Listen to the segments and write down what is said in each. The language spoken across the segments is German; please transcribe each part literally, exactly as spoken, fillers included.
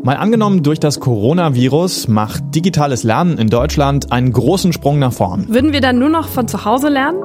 Mal angenommen, durch das Coronavirus macht digitales Lernen in Deutschland einen großen Sprung nach vorn. Würden wir dann nur noch von zu Hause lernen?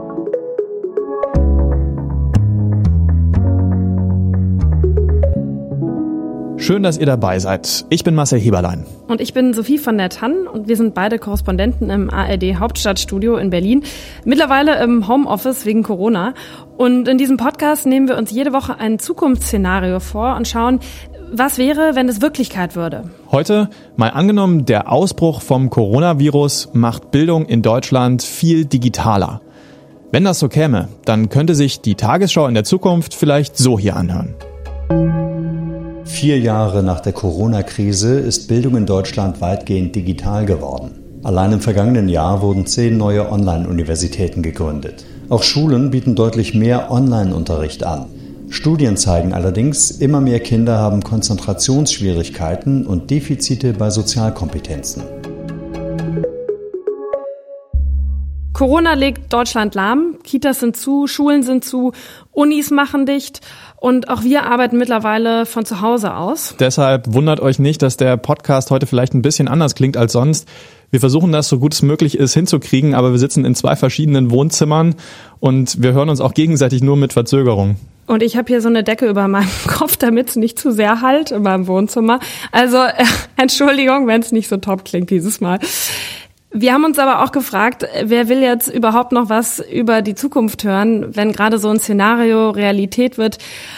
Schön, dass ihr dabei seid. Ich bin Marcel Heberlein. Und ich bin Sophie von der Tann und wir sind beide Korrespondenten im A R D Hauptstadtstudio in Berlin. Mittlerweile im Homeoffice wegen Corona. Und in diesem Podcast nehmen wir uns jede Woche ein Zukunftsszenario vor und schauen, was wäre, wenn es Wirklichkeit würde. Heute, mal angenommen, der Ausbruch vom Coronavirus macht Bildung in Deutschland viel digitaler. Wenn das so käme, dann könnte sich die Tagesschau in der Zukunft vielleicht so hier anhören. Vier Jahre nach der Corona-Krise ist Bildung in Deutschland weitgehend digital geworden. Allein im vergangenen Jahr wurden zehn neue Online-Universitäten gegründet. Auch Schulen bieten deutlich mehr Online-Unterricht an. Studien zeigen allerdings, immer mehr Kinder haben Konzentrationsschwierigkeiten und Defizite bei Sozialkompetenzen. Corona legt Deutschland lahm, Kitas sind zu, Schulen sind zu, Unis machen dicht und auch wir arbeiten mittlerweile von zu Hause aus. Deshalb wundert euch nicht, dass der Podcast heute vielleicht ein bisschen anders klingt als sonst. Wir versuchen das so gut es möglich ist hinzukriegen, aber wir sitzen in zwei verschiedenen Wohnzimmern und wir hören uns auch gegenseitig nur mit Verzögerung. Und ich habe hier so eine Decke über meinem Kopf, damit es nicht zu sehr hallt in meinem Wohnzimmer. Also äh, Entschuldigung, wenn es nicht so top klingt dieses Mal. Wir haben uns aber auch gefragt, wer will jetzt überhaupt noch was über die Zukunft hören, wenn gerade so ein Szenario Realität wird,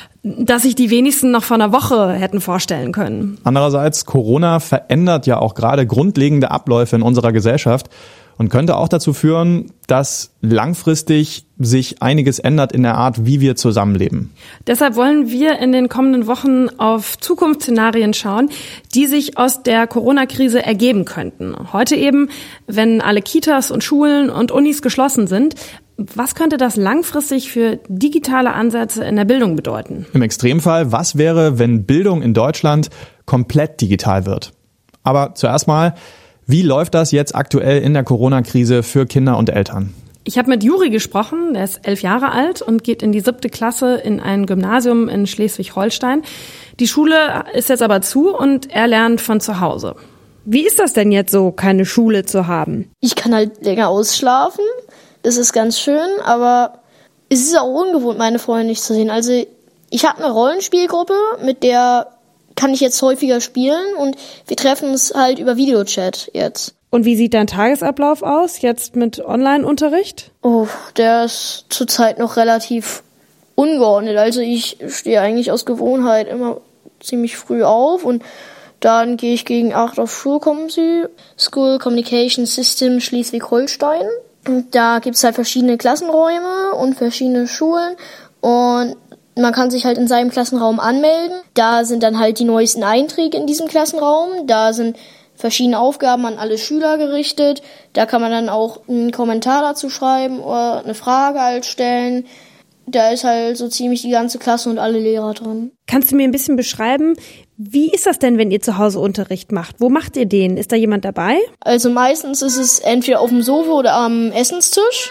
das sich die wenigsten noch vor einer Woche hätten vorstellen können. Andererseits, Corona verändert ja auch gerade grundlegende Abläufe in unserer Gesellschaft und könnte auch dazu führen, dass langfristig sich einiges ändert in der Art, wie wir zusammenleben. Deshalb wollen wir in den kommenden Wochen auf Zukunftsszenarien schauen, die sich aus der Corona-Krise ergeben könnten. Heute eben, wenn alle Kitas und Schulen und Unis geschlossen sind. Was könnte das langfristig für digitale Ansätze in der Bildung bedeuten? Im Extremfall, was wäre, wenn Bildung in Deutschland komplett digital wird? Aber zuerst mal, wie läuft das jetzt aktuell in der Corona-Krise für Kinder und Eltern? Ich habe mit Juri gesprochen, der ist elf Jahre alt und geht in die siebte Klasse in ein Gymnasium in Schleswig-Holstein. Die Schule ist jetzt aber zu und er lernt von zu Hause. Wie ist das denn jetzt so, keine Schule zu haben? Ich kann halt länger ausschlafen, das ist ganz schön, aber es ist auch ungewohnt, meine Freunde nicht zu sehen. Also ich habe eine Rollenspielgruppe, mit der kann ich jetzt häufiger spielen und wir treffen uns halt über Videochat jetzt. Und wie sieht dein Tagesablauf aus, jetzt mit Online-Unterricht? Oh, der ist zurzeit noch relativ ungeordnet. Also ich stehe eigentlich aus Gewohnheit immer ziemlich früh auf und dann gehe ich gegen acht auf Schulkomsi, School Communication System Schleswig-Holstein. Und da gibt's halt verschiedene Klassenräume und verschiedene Schulen und man kann sich halt in seinem Klassenraum anmelden. Da sind dann halt die neuesten Einträge in diesem Klassenraum. Da sind verschiedene Aufgaben an alle Schüler gerichtet. Da kann man dann auch einen Kommentar dazu schreiben oder eine Frage halt stellen. Da ist halt so ziemlich die ganze Klasse und alle Lehrer drin. Kannst du mir ein bisschen beschreiben, wie ist das denn, wenn ihr zu Hause Unterricht macht? Wo macht ihr den? Ist da jemand dabei? Also meistens ist es entweder auf dem Sofa oder am Essenstisch.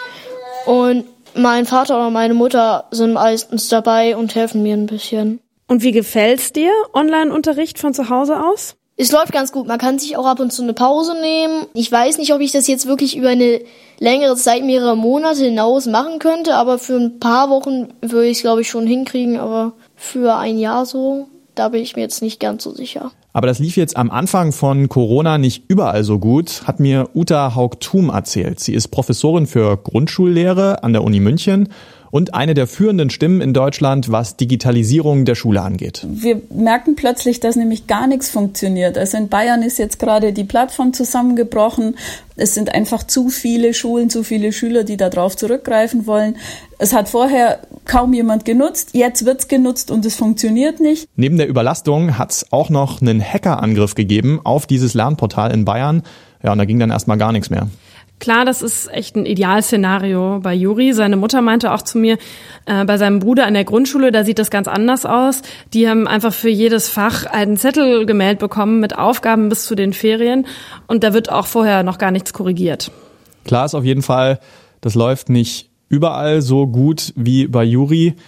Und mein Vater oder meine Mutter sind meistens dabei und helfen mir ein bisschen. Und wie gefällt's dir, Online-Unterricht von zu Hause aus? Es läuft ganz gut. Man kann sich auch ab und zu eine Pause nehmen. Ich weiß nicht, ob ich das jetzt wirklich über eine längere Zeit, mehrere Monate hinaus machen könnte, aber für ein paar Wochen würde ich es, glaube ich, schon hinkriegen. Aber für ein Jahr so, da bin ich mir jetzt nicht ganz so sicher. Aber das lief jetzt am Anfang von Corona nicht überall so gut, hat mir Uta Haug-Thum erzählt. Sie ist Professorin für Grundschullehre an der Uni München und eine der führenden Stimmen in Deutschland, was Digitalisierung der Schule angeht. Wir merken plötzlich, dass nämlich gar nichts funktioniert. Also in Bayern ist jetzt gerade die Plattform zusammengebrochen. Es sind einfach zu viele Schulen, zu viele Schüler, die darauf zurückgreifen wollen. Es hat vorher kaum jemand genutzt, jetzt wird's genutzt und es funktioniert nicht. Neben der Überlastung hat's auch noch einen Hackerangriff gegeben auf dieses Lernportal in Bayern. Ja, und da ging dann erstmal gar nichts mehr. Klar, das ist echt ein Idealszenario bei Juri. Seine Mutter meinte auch zu mir, äh, bei seinem Bruder an der Grundschule, da sieht das ganz anders aus. Die haben einfach für jedes Fach einen Zettel gemeldet bekommen mit Aufgaben bis zu den Ferien. Und da wird auch vorher noch gar nichts korrigiert. Klar ist auf jeden Fall, das läuft nicht überall so gut wie bei Juri.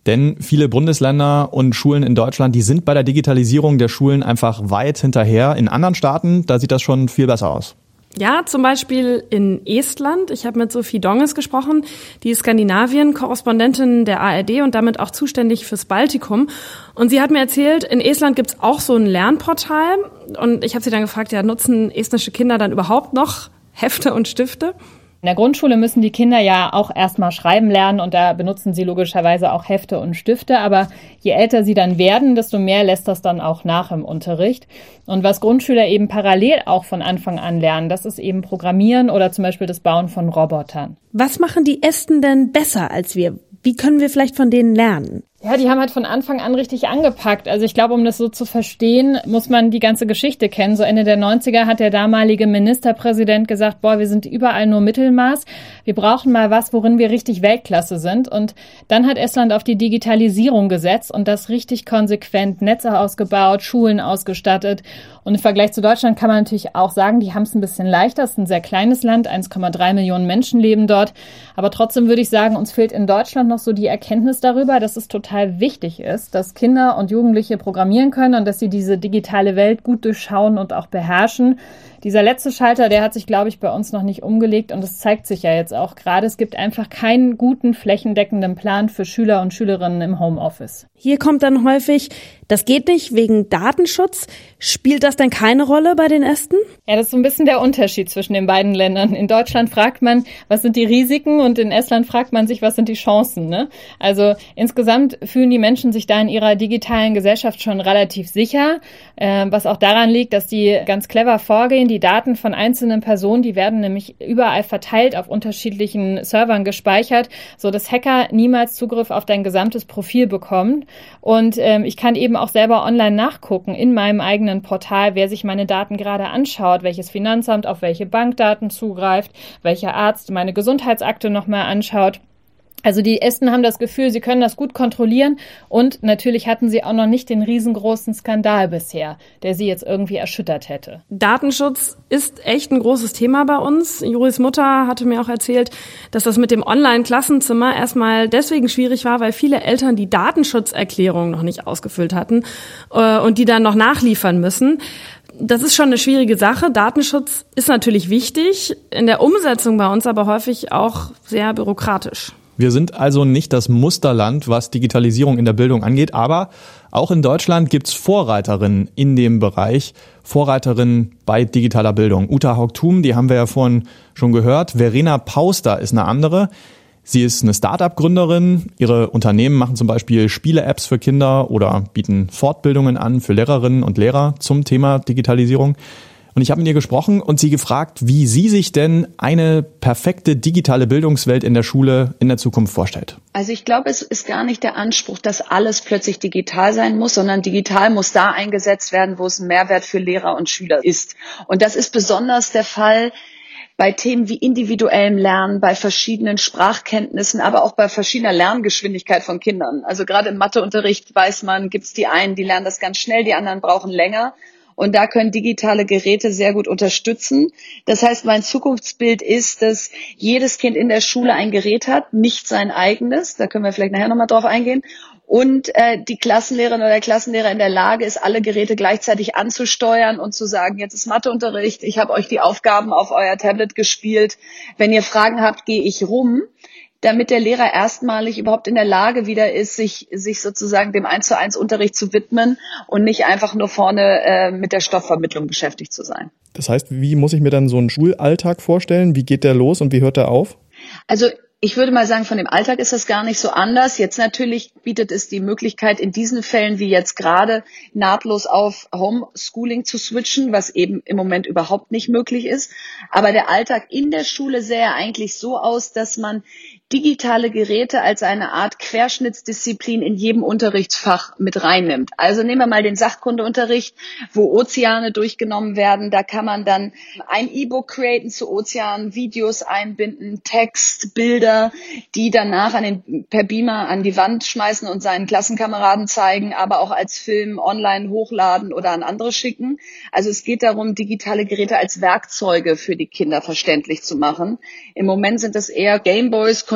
Denn viele Bundesländer und Schulen in Deutschland, die sind bei der Digitalisierung der Schulen einfach weit hinterher. In anderen Staaten, da sieht das schon viel besser aus. Ja, zum Beispiel in Estland. Ich habe mit Sophie Donges gesprochen, die ist Skandinavien-Korrespondentin der A R D und damit auch zuständig fürs Baltikum. Und sie hat mir erzählt, in Estland gibt's auch so ein Lernportal. Und ich habe sie dann gefragt, ja, nutzen estnische Kinder dann überhaupt noch Hefte und Stifte? In der Grundschule müssen die Kinder ja auch erstmal schreiben lernen und da benutzen sie logischerweise auch Hefte und Stifte. Aber je älter sie dann werden, desto mehr lässt das dann auch nach im Unterricht. Und was Grundschüler eben parallel auch von Anfang an lernen, das ist eben Programmieren oder zum Beispiel das Bauen von Robotern. Was machen die Esten denn besser als wir? Wie können wir vielleicht von denen lernen? Ja, die haben halt von Anfang an richtig angepackt. Also ich glaube, um das so zu verstehen, muss man die ganze Geschichte kennen. So Ende der neunziger hat der damalige Ministerpräsident gesagt, boah, wir sind überall nur Mittelmaß. Wir brauchen mal was, worin wir richtig Weltklasse sind. Und dann hat Estland auf die Digitalisierung gesetzt und das richtig konsequent. Netze ausgebaut, Schulen ausgestattet. Und im Vergleich zu Deutschland kann man natürlich auch sagen, die haben es ein bisschen leichter. Es ist ein sehr kleines Land, eins Komma drei Millionen Menschen leben dort. Aber trotzdem würde ich sagen, uns fehlt in Deutschland noch so die Erkenntnis darüber, dass es total wichtig ist, dass Kinder und Jugendliche programmieren können und dass sie diese digitale Welt gut durchschauen und auch beherrschen. Dieser letzte Schalter, der hat sich, glaube ich, bei uns noch nicht umgelegt und das zeigt sich ja jetzt auch gerade. Es gibt einfach keinen guten, flächendeckenden Plan für Schüler und Schülerinnen im Homeoffice. Hier kommt dann häufig, das geht nicht wegen Datenschutz. Spielt das denn keine Rolle bei den Esten? Ja, das ist so ein bisschen der Unterschied zwischen den beiden Ländern. In Deutschland fragt man, was sind die Risiken und in Estland fragt man sich, was sind die Chancen, ne? Also insgesamt fühlen die Menschen sich da in ihrer digitalen Gesellschaft schon relativ sicher, äh, was auch daran liegt, dass die ganz clever vorgehen. Die Daten von einzelnen Personen, die werden nämlich überall verteilt auf unterschiedlichen Servern gespeichert, so dass Hacker niemals Zugriff auf dein gesamtes Profil bekommen. Und ähm, ich kann eben auch selber online nachgucken in meinem eigenen Portal, wer sich meine Daten gerade anschaut, welches Finanzamt auf welche Bankdaten zugreift, welcher Arzt meine Gesundheitsakte nochmal anschaut. Also die Esten haben das Gefühl, sie können das gut kontrollieren und natürlich hatten sie auch noch nicht den riesengroßen Skandal bisher, der sie jetzt irgendwie erschüttert hätte. Datenschutz ist echt ein großes Thema bei uns. Juris Mutter hatte mir auch erzählt, dass das mit dem Online-Klassenzimmer erstmal deswegen schwierig war, weil viele Eltern die Datenschutzerklärung noch nicht ausgefüllt hatten äh, und die dann noch nachliefern müssen. Das ist schon eine schwierige Sache. Datenschutz ist natürlich wichtig, in der Umsetzung bei uns aber häufig auch sehr bürokratisch. Wir sind also nicht das Musterland, was Digitalisierung in der Bildung angeht, aber auch in Deutschland gibt's Vorreiterinnen in dem Bereich, Vorreiterinnen bei digitaler Bildung. Uta Haug-Thum, die haben wir ja vorhin schon gehört. Verena Pauster ist eine andere. Sie ist eine Start-up-Gründerin. Ihre Unternehmen machen zum Beispiel Spiele-Apps für Kinder oder bieten Fortbildungen an für Lehrerinnen und Lehrer zum Thema Digitalisierung. Und ich habe mit ihr gesprochen und sie gefragt, wie sie sich denn eine perfekte digitale Bildungswelt in der Schule in der Zukunft vorstellt. Also ich glaube, es ist gar nicht der Anspruch, dass alles plötzlich digital sein muss, sondern digital muss da eingesetzt werden, wo es ein Mehrwert für Lehrer und Schüler ist. Und das ist besonders der Fall bei Themen wie individuellem Lernen, bei verschiedenen Sprachkenntnissen, aber auch bei verschiedener Lerngeschwindigkeit von Kindern. Also gerade im Matheunterricht weiß man, gibt es die einen, die lernen das ganz schnell, die anderen brauchen länger. Und da können digitale Geräte sehr gut unterstützen. Das heißt, mein Zukunftsbild ist, dass jedes Kind in der Schule ein Gerät hat, nicht sein eigenes. Da können wir vielleicht nachher nochmal drauf eingehen. Und äh, die Klassenlehrerin oder der Klassenlehrer in der Lage ist, alle Geräte gleichzeitig anzusteuern und zu sagen, jetzt ist Matheunterricht, ich habe euch die Aufgaben auf euer Tablet gespielt. Wenn ihr Fragen habt, gehe ich rum, damit der Lehrer erstmalig überhaupt in der Lage wieder ist, sich sich sozusagen dem eins zu eins Unterricht zu widmen und nicht einfach nur vorne äh, mit der Stoffvermittlung beschäftigt zu sein. Das heißt, wie muss ich mir dann so einen Schulalltag vorstellen? Wie geht der los und wie hört der auf? Also ich würde mal sagen, von dem Alltag ist das gar nicht so anders. Jetzt natürlich bietet es die Möglichkeit, in diesen Fällen wie jetzt gerade nahtlos auf Homeschooling zu switchen, was eben im Moment überhaupt nicht möglich ist. Aber der Alltag in der Schule sähe eigentlich so aus, dass man digitale Geräte als eine Art Querschnittsdisziplin in jedem Unterrichtsfach mit reinnimmt. Also nehmen wir mal den Sachkundeunterricht, wo Ozeane durchgenommen werden. Da kann man dann ein E-Book createn zu Ozeanen, Videos einbinden, Text, Bilder, die danach an den, per Beamer an die Wand schmeißen und seinen Klassenkameraden zeigen, aber auch als Film online hochladen oder an andere schicken. Also es geht darum, digitale Geräte als Werkzeuge für die Kinder verständlich zu machen. Im Moment sind das eher Gameboys,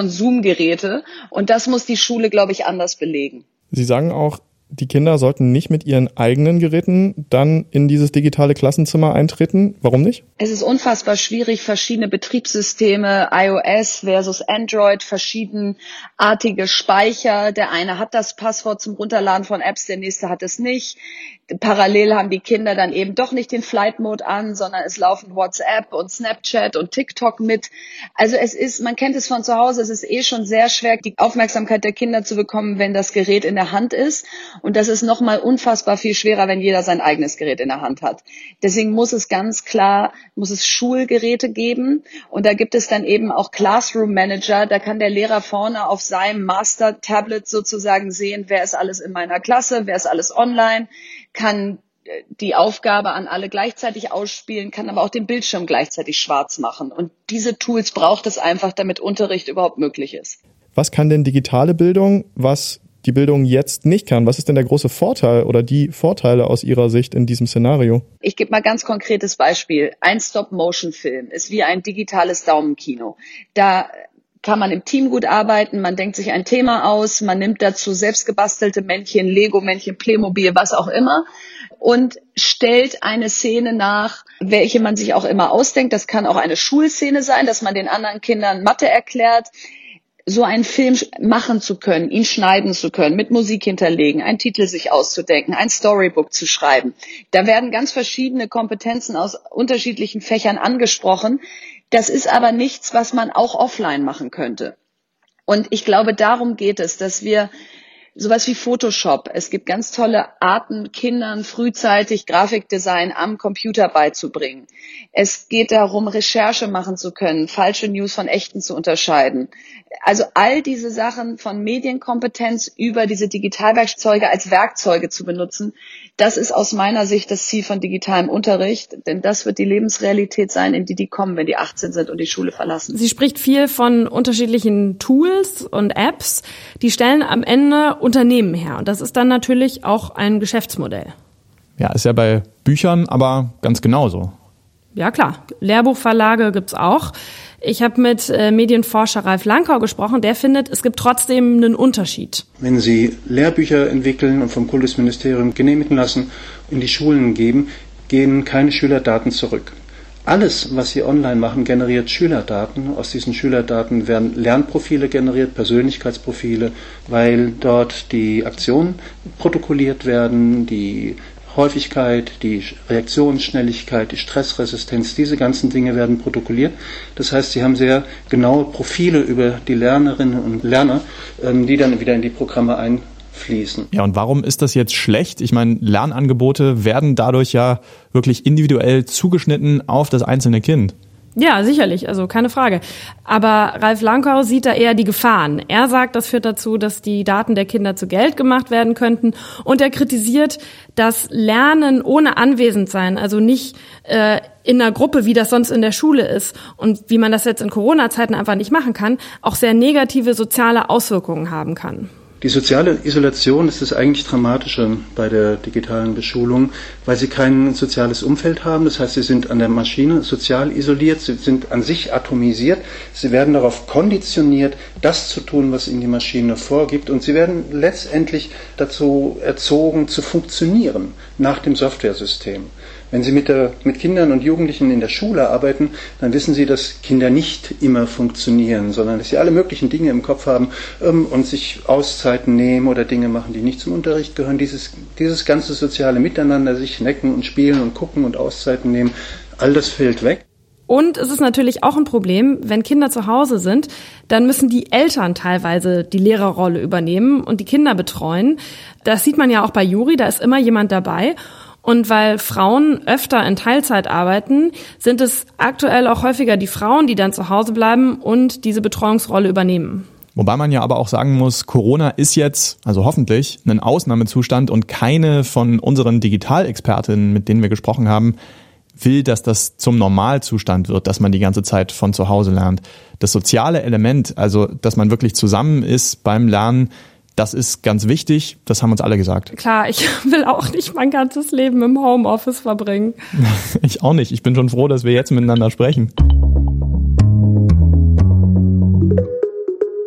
Konsumgeräte. Und das muss die Schule, glaube ich, anders belegen. Sie sagen auch, die Kinder sollten nicht mit ihren eigenen Geräten dann in dieses digitale Klassenzimmer eintreten. Warum nicht? Es ist unfassbar schwierig, verschiedene Betriebssysteme, iOS versus Android, verschiedenartige Speicher. Der eine hat das Passwort zum Runterladen von Apps, der nächste hat es nicht. Parallel haben die Kinder dann eben doch nicht den Flight Mode an, sondern es laufen WhatsApp und Snapchat und TikTok mit. Also es ist, man kennt es von zu Hause, es ist eh schon sehr schwer, die Aufmerksamkeit der Kinder zu bekommen, wenn das Gerät in der Hand ist. Und das ist nochmal unfassbar viel schwerer, wenn jeder sein eigenes Gerät in der Hand hat. Deswegen muss es ganz klar, muss es Schulgeräte geben. Und da gibt es dann eben auch Classroom Manager. Da kann der Lehrer vorne auf seinem Master-Tablet sozusagen sehen, wer ist alles in meiner Klasse, wer ist alles online, kann die Aufgabe an alle gleichzeitig ausspielen, kann aber auch den Bildschirm gleichzeitig schwarz machen. Und diese Tools braucht es einfach, damit Unterricht überhaupt möglich ist. Was kann denn digitale Bildung, was die Bildung jetzt nicht kann? Was ist denn der große Vorteil oder die Vorteile aus Ihrer Sicht in diesem Szenario? Ich gebe mal ganz konkretes Beispiel. Ein Stop-Motion-Film ist wie ein digitales Daumenkino. Da kann man im Team gut arbeiten, man denkt sich ein Thema aus, man nimmt dazu selbst gebastelte Männchen, Lego-Männchen, Playmobil, was auch immer und stellt eine Szene nach, welche man sich auch immer ausdenkt. Das kann auch eine Schulszene sein, dass man den anderen Kindern Mathe erklärt. So einen Film machen zu können, ihn schneiden zu können, mit Musik hinterlegen, einen Titel sich auszudenken, ein Storybook zu schreiben. Da werden ganz verschiedene Kompetenzen aus unterschiedlichen Fächern angesprochen. Das ist aber nichts, was man auch offline machen könnte. Und ich glaube, darum geht es, dass wir sowas wie Photoshop, es gibt ganz tolle Arten, Kindern frühzeitig Grafikdesign am Computer beizubringen. Es geht darum, Recherche machen zu können, falsche News von echten zu unterscheiden. Also all diese Sachen von Medienkompetenz über diese Digitalwerkzeuge als Werkzeuge zu benutzen, das ist aus meiner Sicht das Ziel von digitalem Unterricht, denn das wird die Lebensrealität sein, in die die kommen, wenn die achtzehn sind und die Schule verlassen. Sie spricht viel von unterschiedlichen Tools und Apps, die stellen am Ende Unternehmen her. Und das ist dann natürlich auch ein Geschäftsmodell. Ja, ist ja bei Büchern aber ganz genauso. Ja klar, Lehrbuchverlage gibt's auch. Ich habe mit äh, Medienforscher Ralf Lankau gesprochen, der findet, es gibt trotzdem einen Unterschied. Wenn Sie Lehrbücher entwickeln und vom Kultusministerium genehmigen lassen, in die Schulen geben, gehen keine Schülerdaten zurück. Alles, was Sie online machen, generiert Schülerdaten. Aus diesen Schülerdaten werden Lernprofile generiert, Persönlichkeitsprofile, weil dort die Aktionen protokolliert werden, die Häufigkeit, die Reaktionsschnelligkeit, die Stressresistenz, diese ganzen Dinge werden protokolliert. Das heißt, Sie haben sehr genaue Profile über die Lernerinnen und Lerner, die dann wieder in die Programme einfließen. Ja, und warum ist das jetzt schlecht? Ich meine, Lernangebote werden dadurch ja wirklich individuell zugeschnitten auf das einzelne Kind. Ja, sicherlich, also keine Frage. Aber Ralf Lankau sieht da eher die Gefahren. Er sagt, das führt dazu, dass die Daten der Kinder zu Geld gemacht werden könnten. Und er kritisiert, dass Lernen ohne Anwesendsein, also nicht äh, in einer Gruppe, wie das sonst in der Schule ist und wie man das jetzt in Corona-Zeiten einfach nicht machen kann, auch sehr negative soziale Auswirkungen haben kann. Die soziale Isolation ist das eigentlich Dramatische bei der digitalen Beschulung, weil sie kein soziales Umfeld haben. Das heißt, sie sind an der Maschine sozial isoliert, sie sind an sich atomisiert, sie werden darauf konditioniert, das zu tun, was ihnen die Maschine vorgibt, und sie werden letztendlich dazu erzogen, zu funktionieren nach dem Softwaresystem. Wenn Sie mit, der, mit Kindern und Jugendlichen in der Schule arbeiten, dann wissen Sie, dass Kinder nicht immer funktionieren, sondern dass sie alle möglichen Dinge im Kopf haben ähm, und sich Auszeiten nehmen oder Dinge machen, die nicht zum Unterricht gehören. Dieses, dieses ganze soziale Miteinander, sich necken und spielen und gucken und Auszeiten nehmen, all das fällt weg. Und es ist natürlich auch ein Problem, wenn Kinder zu Hause sind, dann müssen die Eltern teilweise die Lehrerrolle übernehmen und die Kinder betreuen. Das sieht man ja auch bei Juri, da ist immer jemand dabei. Und weil Frauen öfter in Teilzeit arbeiten, sind es aktuell auch häufiger die Frauen, die dann zu Hause bleiben und diese Betreuungsrolle übernehmen. Wobei man ja aber auch sagen muss, Corona ist jetzt, also hoffentlich, ein Ausnahmezustand und keine von unseren Digitalexpertinnen, mit denen wir gesprochen haben, will, dass das zum Normalzustand wird, dass man die ganze Zeit von zu Hause lernt. Das soziale Element, also dass man wirklich zusammen ist beim Lernen, das ist ganz wichtig, das haben uns alle gesagt. Klar, ich will auch nicht mein ganzes Leben im Homeoffice verbringen. Ich auch nicht. Ich bin schon froh, dass wir jetzt miteinander sprechen.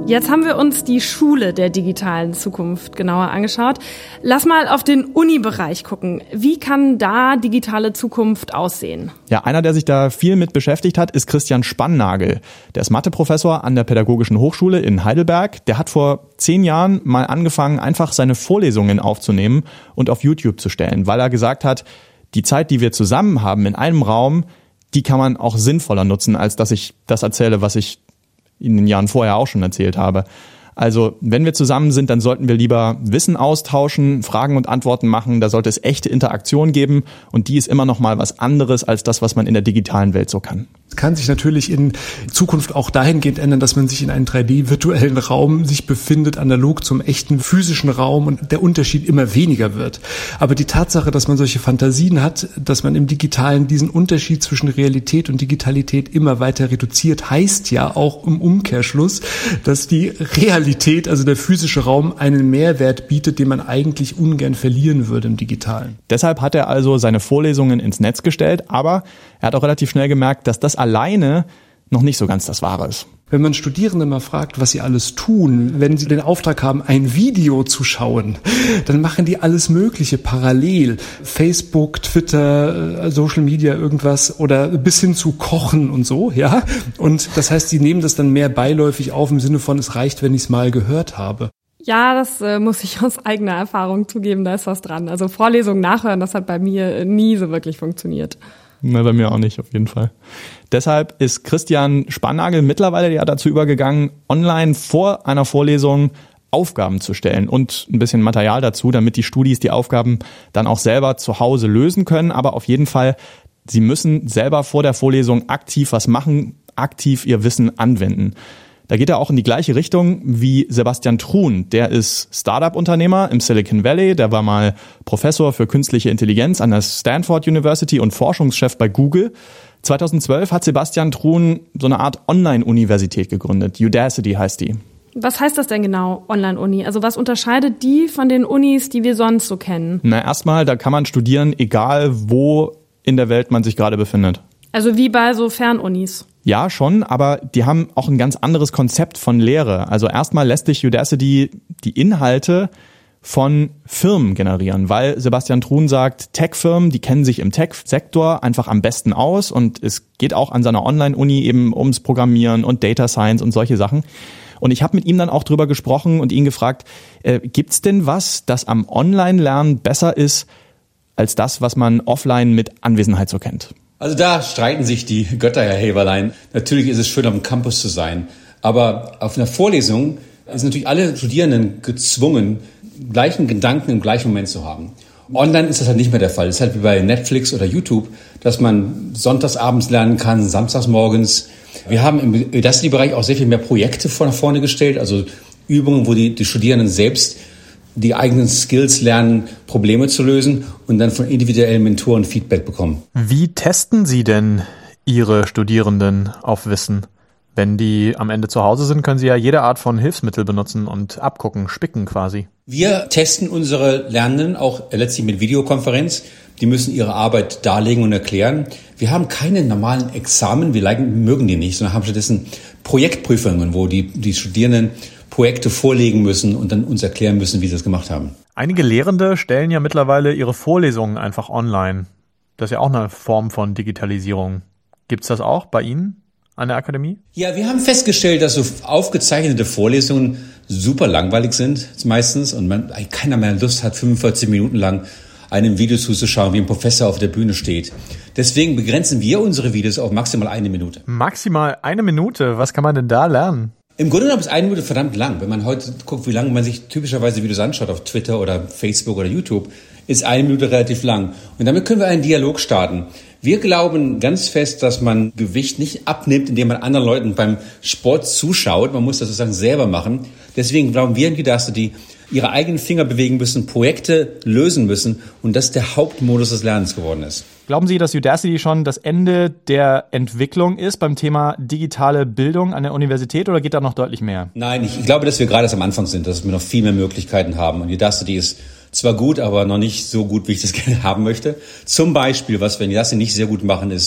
Jetzt haben wir uns die Schule der digitalen Zukunft genauer angeschaut. Lass mal auf den Uni-Bereich gucken. Wie kann da digitale Zukunft aussehen? Ja, einer, der sich da viel mit beschäftigt hat, ist Christian Spannagel. Der ist Matheprofessor an der Pädagogischen Hochschule in Heidelberg. Der hat vor zehn Jahren mal angefangen, einfach seine Vorlesungen aufzunehmen und auf YouTube zu stellen, weil er gesagt hat, die Zeit, die wir zusammen haben in einem Raum, die kann man auch sinnvoller nutzen, als dass ich das erzähle, was ich in den Jahren vorher auch schon erzählt habe. Also wenn wir zusammen sind, dann sollten wir lieber Wissen austauschen, Fragen und Antworten machen. Da sollte es echte Interaktion geben und die ist immer noch mal was anderes als das, was man in der digitalen Welt so kann. Es kann sich natürlich in Zukunft auch dahingehend ändern, dass man sich in einem drei D-virtuellen Raum sich befindet, analog zum echten physischen Raum und der Unterschied immer weniger wird. Aber die Tatsache, dass man solche Fantasien hat, dass man im Digitalen diesen Unterschied zwischen Realität und Digitalität immer weiter reduziert, heißt ja auch im Umkehrschluss, dass die Realität, also der physische Raum, einen Mehrwert bietet, den man eigentlich ungern verlieren würde im Digitalen. Deshalb hat er also seine Vorlesungen ins Netz gestellt, aber er hat auch relativ schnell gemerkt, dass das alleine noch nicht so ganz das Wahre ist. Wenn man Studierende mal fragt, was sie alles tun, wenn sie den Auftrag haben, ein Video zu schauen, dann machen die alles Mögliche parallel. Facebook, Twitter, Social Media, irgendwas oder bis hin zu Kochen und so, ja. Und das heißt, sie nehmen das dann mehr beiläufig auf im Sinne von, es reicht, wenn ich es mal gehört habe. Ja, das äh, muss ich aus eigener Erfahrung zugeben, da ist was dran. Also Vorlesungen nachhören, das hat bei mir nie so wirklich funktioniert. Na, bei mir auch nicht, auf jeden Fall. Deshalb ist Christian Spannagel mittlerweile ja dazu übergegangen, online vor einer Vorlesung Aufgaben zu stellen und ein bisschen Material dazu, damit die Studis die Aufgaben dann auch selber zu Hause lösen können. Aber auf jeden Fall, sie müssen selber vor der Vorlesung aktiv was machen, aktiv ihr Wissen anwenden. Da geht er auch in die gleiche Richtung wie Sebastian Thrun. Der ist Startup-Unternehmer im Silicon Valley. Der war mal Professor für künstliche Intelligenz an der Stanford University und Forschungschef bei Google. zweitausendzwölf hat Sebastian Thrun so eine Art Online-Universität gegründet. Udacity heißt die. Was heißt das denn genau, Online-Uni? Also was unterscheidet die von den Unis, die wir sonst so kennen? Na, erstmal, da kann man studieren, egal wo in der Welt man sich gerade befindet. Also wie bei so Fernunis? Ja, schon, aber die haben auch ein ganz anderes Konzept von Lehre. Also erstmal lässt sich Udacity die Inhalte von Firmen generieren, weil Sebastian Thrun sagt, Tech-Firmen, die kennen sich im Tech-Sektor einfach am besten aus und es geht auch an seiner Online-Uni eben ums Programmieren und Data Science und solche Sachen. Und ich habe mit ihm dann auch drüber gesprochen und ihn gefragt, äh, gibt's denn was, das am Online-Lernen besser ist als das, was man offline mit Anwesenheit so kennt? Also da streiten sich die Götter, Herr Heberlein. Natürlich ist es schön, auf dem Campus zu sein. Aber auf einer Vorlesung sind natürlich alle Studierenden gezwungen, gleichen Gedanken im gleichen Moment zu haben. Online ist das halt nicht mehr der Fall. Es ist halt wie bei Netflix oder YouTube, dass man sonntagsabends lernen kann, samstags morgens. Wir haben im Udacity-Bereich auch sehr viel mehr Projekte nach vorne gestellt, also Übungen, wo die, die Studierenden selbst die eigenen Skills lernen, Probleme zu lösen und dann von individuellen Mentoren Feedback bekommen. Wie testen Sie denn Ihre Studierenden auf Wissen? Wenn die am Ende zu Hause sind, können sie ja jede Art von Hilfsmittel benutzen und abgucken, spicken quasi. Wir testen unsere Lernenden auch letztlich mit Videokonferenz. Die müssen ihre Arbeit darlegen und erklären. Wir haben keine normalen Examen, wir leiden, mögen die nicht, sondern haben stattdessen Projektprüfungen, wo die, die Studierenden Projekte vorlegen müssen und dann uns erklären müssen, wie sie das gemacht haben. Einige Lehrende stellen ja mittlerweile ihre Vorlesungen einfach online. Das ist ja auch eine Form von Digitalisierung. Gibt's das auch bei Ihnen an der Akademie? Ja, wir haben festgestellt, dass so aufgezeichnete Vorlesungen super langweilig sind meistens und man, keiner mehr Lust hat, fünfundvierzig Minuten lang einem Video zuzuschauen, wie ein Professor auf der Bühne steht. Deswegen begrenzen wir unsere Videos auf maximal eine Minute. Maximal eine Minute? Was kann man denn da lernen? Im Grunde genommen ist eine Minute verdammt lang. Wenn man heute guckt, wie lange man sich typischerweise Videos anschaut auf Twitter oder Facebook oder YouTube, ist eine Minute relativ lang. Und damit können wir einen Dialog starten. Wir glauben ganz fest, dass man Gewicht nicht abnimmt, indem man anderen Leuten beim Sport zuschaut. Man muss das sozusagen selber machen. Deswegen glauben wir in Udacity, ihre eigenen Finger bewegen müssen, Projekte lösen müssen und das der Hauptmodus des Lernens geworden ist. Glauben Sie, dass Udacity schon das Ende der Entwicklung ist beim Thema digitale Bildung an der Universität oder geht da noch deutlich mehr? Nein, ich glaube, dass wir gerade erst am Anfang sind, dass wir noch viel mehr Möglichkeiten haben. Und Udacity ist zwar gut, aber noch nicht so gut, wie ich das gerne haben möchte. Zum Beispiel, was wir in Udacity nicht sehr gut machen, ist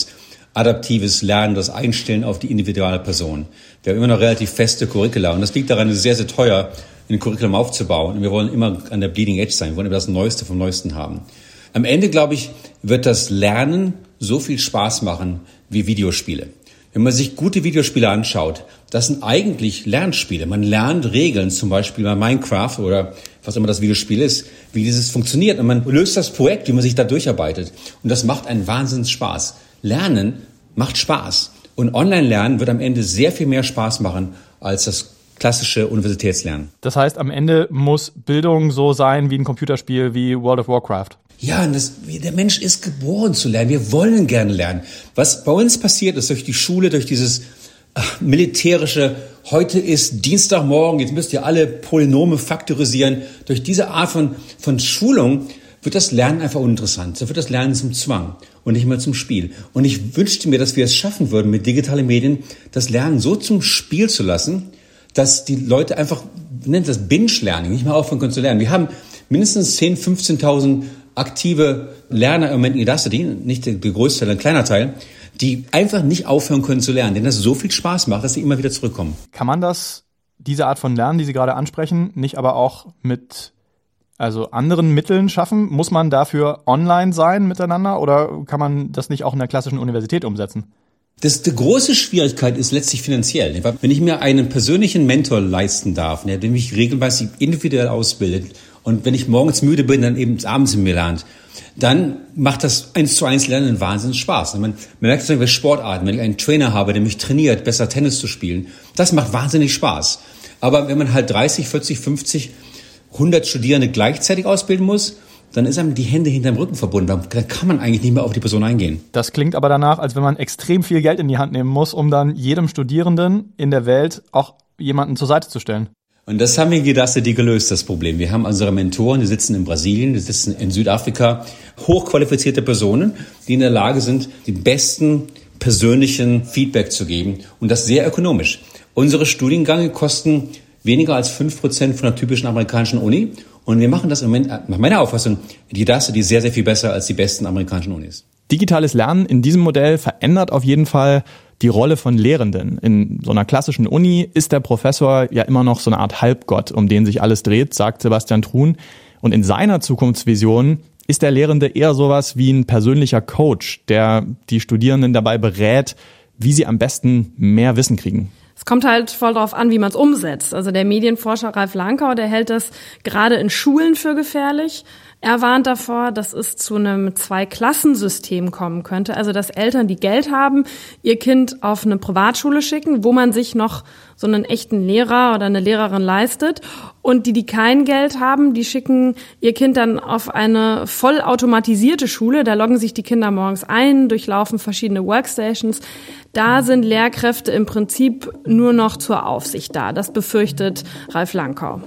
adaptives Lernen, das Einstellen auf die individuelle Person. Wir haben immer noch relativ feste Curricula und das liegt daran, es ist sehr, sehr teuer, ein Curriculum aufzubauen. Und wir wollen immer an der Bleeding Edge sein, wir wollen immer das Neueste vom Neuesten haben. Am Ende, glaube ich, wird das Lernen so viel Spaß machen wie Videospiele. Wenn man sich gute Videospiele anschaut, das sind eigentlich Lernspiele. Man lernt Regeln, zum Beispiel bei Minecraft oder was immer das Videospiel ist, wie dieses funktioniert. Und man löst das Projekt, wie man sich da durcharbeitet. Und das macht einen Wahnsinns Spaß. Lernen macht Spaß. Und Online-Lernen wird am Ende sehr viel mehr Spaß machen als das klassische Universitätslernen. Das heißt, am Ende muss Bildung so sein wie ein Computerspiel wie World of Warcraft. Ja, und das, der Mensch ist geboren zu lernen. Wir wollen gerne lernen. Was bei uns passiert ist durch die Schule, durch dieses ach, militärische, heute ist Dienstagmorgen, jetzt müsst ihr alle Polynome faktorisieren. Durch diese Art von, von Schulung wird das Lernen einfach uninteressant. Da wird das Lernen zum Zwang und nicht mehr zum Spiel. Und ich wünschte mir, dass wir es schaffen würden, mit digitalen Medien das Lernen so zum Spiel zu lassen, dass die Leute einfach, nennt das Binge-Learning, nicht mehr aufhören können zu lernen. Wir haben mindestens zehntausend, fünfzehntausend aktive Lerner im Moment in Udacity, nicht der, der größte Teil, ein kleiner Teil, die einfach nicht aufhören können zu lernen, denn das so viel Spaß macht, dass sie immer wieder zurückkommen. Kann man das, diese Art von Lernen, die Sie gerade ansprechen, nicht aber auch mit also anderen Mitteln schaffen? Muss man dafür online sein miteinander oder kann man das nicht auch in der klassischen Universität umsetzen? Das, die große Schwierigkeit ist letztlich finanziell. Wenn ich mir einen persönlichen Mentor leisten darf, der mich regelmäßig individuell ausbildet und wenn ich morgens müde bin, dann eben abends in mir lernt, dann macht das eins zu eins Lernen einen Wahnsinns Spaß. Man, man merkt es bei Sportarten, wenn ich einen Trainer habe, der mich trainiert, besser Tennis zu spielen, das macht wahnsinnig Spaß. Aber wenn man halt dreißig, vierzig, fünfzig, hundert Studierende gleichzeitig ausbilden muss, dann ist einem die Hände hinterm Rücken verbunden. Dann kann man eigentlich nicht mehr auf die Person eingehen. Das klingt aber danach, als wenn man extrem viel Geld in die Hand nehmen muss, um dann jedem Studierenden in der Welt auch jemanden zur Seite zu stellen. Und das haben wir in Udacity gelöst, das Problem. Wir haben unsere Mentoren, die sitzen in Brasilien, die sitzen in Südafrika, hochqualifizierte Personen, die in der Lage sind, die besten persönlichen Feedback zu geben und das sehr ökonomisch. Unsere Studiengänge kosten weniger als fünf Prozent von der typischen amerikanischen Uni. Und wir machen das im Moment, nach meiner Auffassung, die Udacity sehr, sehr viel besser als die besten amerikanischen Unis. Digitales Lernen in diesem Modell verändert auf jeden Fall die Rolle von Lehrenden. In so einer klassischen Uni ist der Professor ja immer noch so eine Art Halbgott, um den sich alles dreht, sagt Sebastian Thrun. Und in seiner Zukunftsvision ist der Lehrende eher sowas wie ein persönlicher Coach, der die Studierenden dabei berät, wie sie am besten mehr Wissen kriegen. Es kommt halt voll drauf an, wie man es umsetzt. Also der Medienforscher Ralf Lankau, der hält das gerade in Schulen für gefährlich. Er warnt davor, dass es zu einem Zwei-Klassensystem kommen könnte. Also dass Eltern, die Geld haben, ihr Kind auf eine Privatschule schicken, wo man sich noch so einen echten Lehrer oder eine Lehrerin leistet. Und die, die kein Geld haben, die schicken ihr Kind dann auf eine vollautomatisierte Schule. Da loggen sich die Kinder morgens ein, durchlaufen verschiedene Workstations. Da sind Lehrkräfte im Prinzip nur noch zur Aufsicht da. Das befürchtet Ralf Lankau.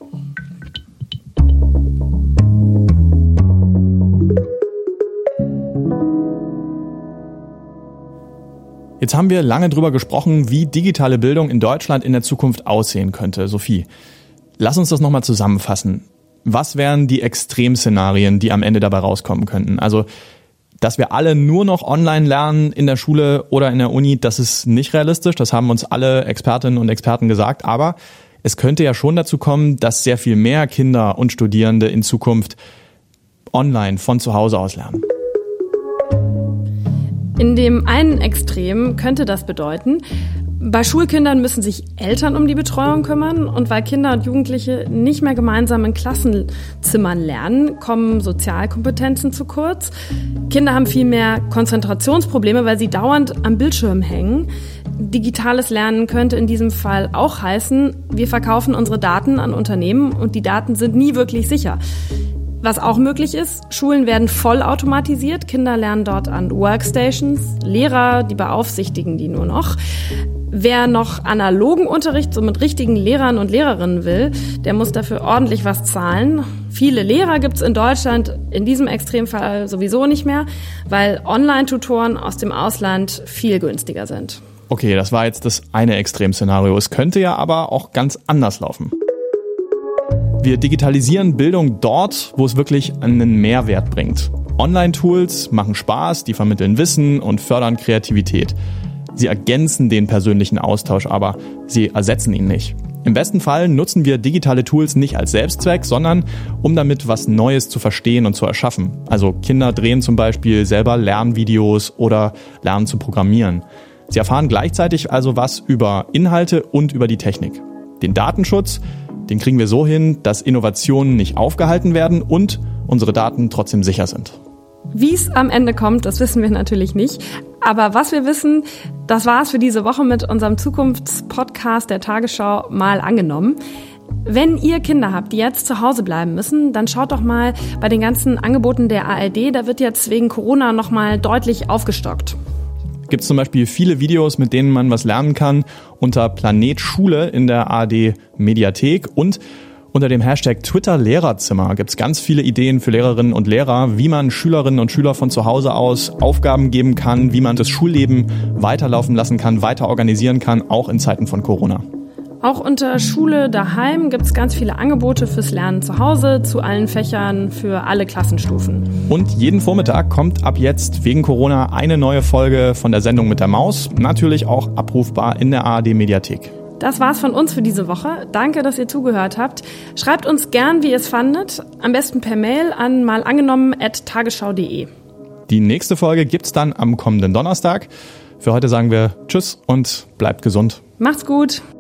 Jetzt haben wir lange drüber gesprochen, wie digitale Bildung in Deutschland in der Zukunft aussehen könnte. Sophie, lass uns das nochmal zusammenfassen. Was wären die Extremszenarien, die am Ende dabei rauskommen könnten? Also, dass wir alle nur noch online lernen in der Schule oder in der Uni, das ist nicht realistisch. Das haben uns alle Expertinnen und Experten gesagt. Aber es könnte ja schon dazu kommen, dass sehr viel mehr Kinder und Studierende in Zukunft online von zu Hause aus lernen. In dem einen Extrem könnte das bedeuten, bei Schulkindern müssen sich Eltern um die Betreuung kümmern und weil Kinder und Jugendliche nicht mehr gemeinsam in Klassenzimmern lernen, kommen Sozialkompetenzen zu kurz. Kinder haben viel mehr Konzentrationsprobleme, weil sie dauernd am Bildschirm hängen. Digitales Lernen könnte in diesem Fall auch heißen, wir verkaufen unsere Daten an Unternehmen und die Daten sind nie wirklich sicher. Was auch möglich ist, Schulen werden vollautomatisiert, Kinder lernen dort an Workstations, Lehrer, die beaufsichtigen die nur noch. Wer noch analogen Unterricht so mit richtigen Lehrern und Lehrerinnen will, der muss dafür ordentlich was zahlen. Viele Lehrer gibt's in Deutschland in diesem Extremfall sowieso nicht mehr, weil Online-Tutoren aus dem Ausland viel günstiger sind. Okay, das war jetzt das eine Extremszenario. Es könnte ja aber auch ganz anders laufen. Wir digitalisieren Bildung dort, wo es wirklich einen Mehrwert bringt. Online-Tools machen Spaß, die vermitteln Wissen und fördern Kreativität. Sie ergänzen den persönlichen Austausch, aber sie ersetzen ihn nicht. Im besten Fall nutzen wir digitale Tools nicht als Selbstzweck, sondern um damit was Neues zu verstehen und zu erschaffen. Also Kinder drehen zum Beispiel selber Lernvideos oder lernen zu programmieren. Sie erfahren gleichzeitig also was über Inhalte und über die Technik. Den Datenschutz, den kriegen wir so hin, dass Innovationen nicht aufgehalten werden und unsere Daten trotzdem sicher sind. Wie es am Ende kommt, das wissen wir natürlich nicht. Aber was wir wissen, das war's für diese Woche mit unserem Zukunftspodcast der Tagesschau mal angenommen. Wenn ihr Kinder habt, die jetzt zu Hause bleiben müssen, dann schaut doch mal bei den ganzen Angeboten der A R D. Da wird jetzt wegen Corona nochmal deutlich aufgestockt. Gibt es zum Beispiel viele Videos, mit denen man was lernen kann, unter Planet Schule in der A R D Mediathek, und unter dem Hashtag Twitter Lehrerzimmer gibt es ganz viele Ideen für Lehrerinnen und Lehrer, wie man Schülerinnen und Schüler von zu Hause aus Aufgaben geben kann, wie man das Schulleben weiterlaufen lassen kann, weiter organisieren kann, auch in Zeiten von Corona. Auch unter Schule daheim gibt es ganz viele Angebote fürs Lernen zu Hause, zu allen Fächern, für alle Klassenstufen. Und jeden Vormittag kommt ab jetzt wegen Corona eine neue Folge von der Sendung mit der Maus, natürlich auch abrufbar in der A R D Mediathek. Das war's von uns für diese Woche. Danke, dass ihr zugehört habt. Schreibt uns gern, wie ihr es fandet. Am besten per Mail an malangenommen at tagesschau punkt de. Die nächste Folge gibt's dann am kommenden Donnerstag. Für heute sagen wir Tschüss und bleibt gesund. Macht's gut.